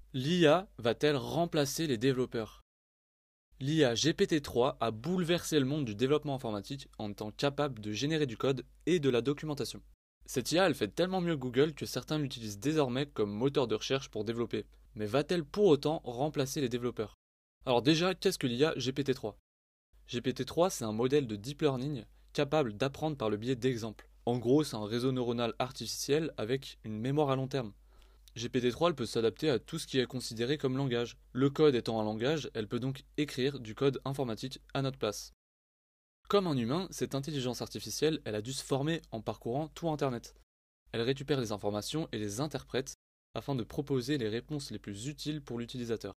L'IA va-t-elle remplacer les développeurs? L'IA GPT-3 a bouleversé le monde du développement informatique en étant capable de générer du code et de la documentation. Cette IA, elle fait tellement mieux que Google que certains l'utilisent désormais comme moteur de recherche pour développer. Mais va-t-elle pour autant remplacer les développeurs? Alors déjà, qu'est-ce que l'IA GPT-3? GPT-3, c'est un modèle de deep learning capable d'apprendre par le biais d'exemples. En gros, c'est un réseau neuronal artificiel avec une mémoire à long terme. GPT-3 elle peut s'adapter à tout ce qui est considéré comme langage. Le code étant un langage, elle peut donc écrire du code informatique à notre place. Comme un humain, cette intelligence artificielle, elle a dû se former en parcourant tout Internet. Elle récupère les informations et les interprète afin de proposer les réponses les plus utiles pour l'utilisateur.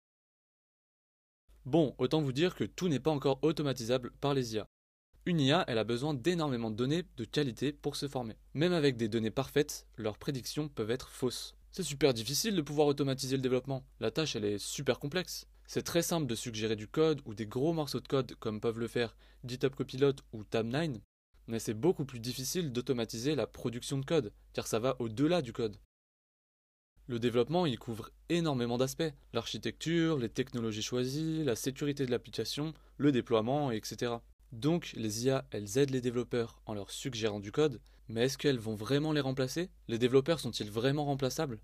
Bon, autant vous dire que tout n'est pas encore automatisable par les IA. Une IA, elle a besoin d'énormément de données de qualité pour se former. Même avec des données parfaites, leurs prédictions peuvent être fausses. C'est super difficile de pouvoir automatiser le développement. La tâche, elle est super complexe. C'est très simple de suggérer du code ou des gros morceaux de code comme peuvent le faire GitHub Copilot ou Tabnine, mais c'est beaucoup plus difficile d'automatiser la production de code, car ça va au-delà du code. Le développement, il couvre énormément d'aspects. L'architecture, les technologies choisies, la sécurité de l'application, le déploiement, etc. Donc, les IA, elles aident les développeurs en leur suggérant du code, mais est-ce qu'elles vont vraiment les remplacer? Les développeurs sont-ils vraiment remplaçables?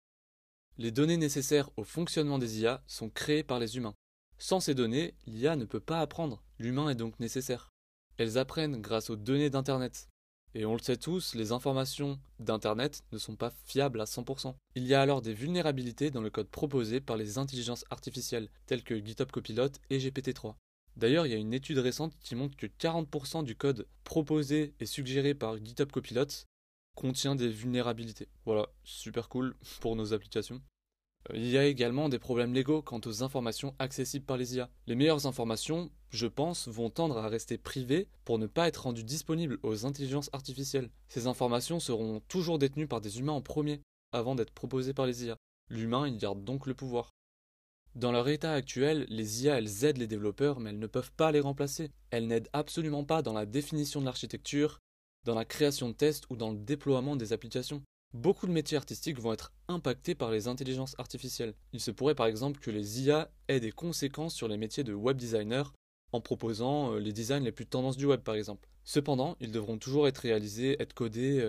Les données nécessaires au fonctionnement des IA sont créées par les humains. Sans ces données, l'IA ne peut pas apprendre. L'humain est donc nécessaire. Elles apprennent grâce aux données d'Internet. Et on le sait tous, les informations d'Internet ne sont pas fiables à 100%. Il y a alors des vulnérabilités dans le code proposé par les intelligences artificielles, telles que GitHub Copilot et GPT-3. D'ailleurs, il y a une étude récente qui montre que 40% du code proposé et suggéré par GitHub Copilot contient des vulnérabilités. Voilà, super cool pour nos applications. Il y a également des problèmes légaux quant aux informations accessibles par les IA. Les meilleures informations, je pense, vont tendre à rester privées pour ne pas être rendues disponibles aux intelligences artificielles. Ces informations seront toujours détenues par des humains en premier, avant d'être proposées par les IA. L'humain, il garde donc le pouvoir. Dans leur état actuel, les IA, elles aident les développeurs, mais elles ne peuvent pas les remplacer. Elles n'aident absolument pas dans la définition de l'architecture, dans la création de tests ou dans le déploiement des applications. Beaucoup de métiers artistiques vont être impactés par les intelligences artificielles. Il se pourrait par exemple que les IA aient des conséquences sur les métiers de web designer en proposant les designs les plus tendances du web par exemple. Cependant, ils devront toujours être réalisés, être codés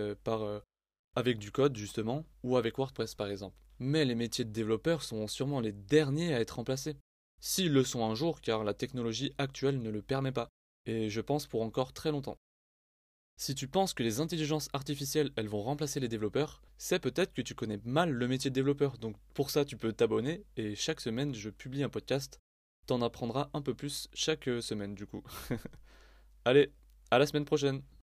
avec du code justement, ou avec WordPress par exemple. Mais les métiers de développeurs sont sûrement les derniers à être remplacés. S'ils le sont un jour, car la technologie actuelle ne le permet pas. Et je pense pour encore très longtemps. Si tu penses que les intelligences artificielles, elles vont remplacer les développeurs, c'est peut-être que tu connais mal le métier de développeur. Donc pour ça, tu peux t'abonner et chaque semaine, je publie un podcast. T'en apprendras un peu plus chaque semaine du coup. Allez, à la semaine prochaine.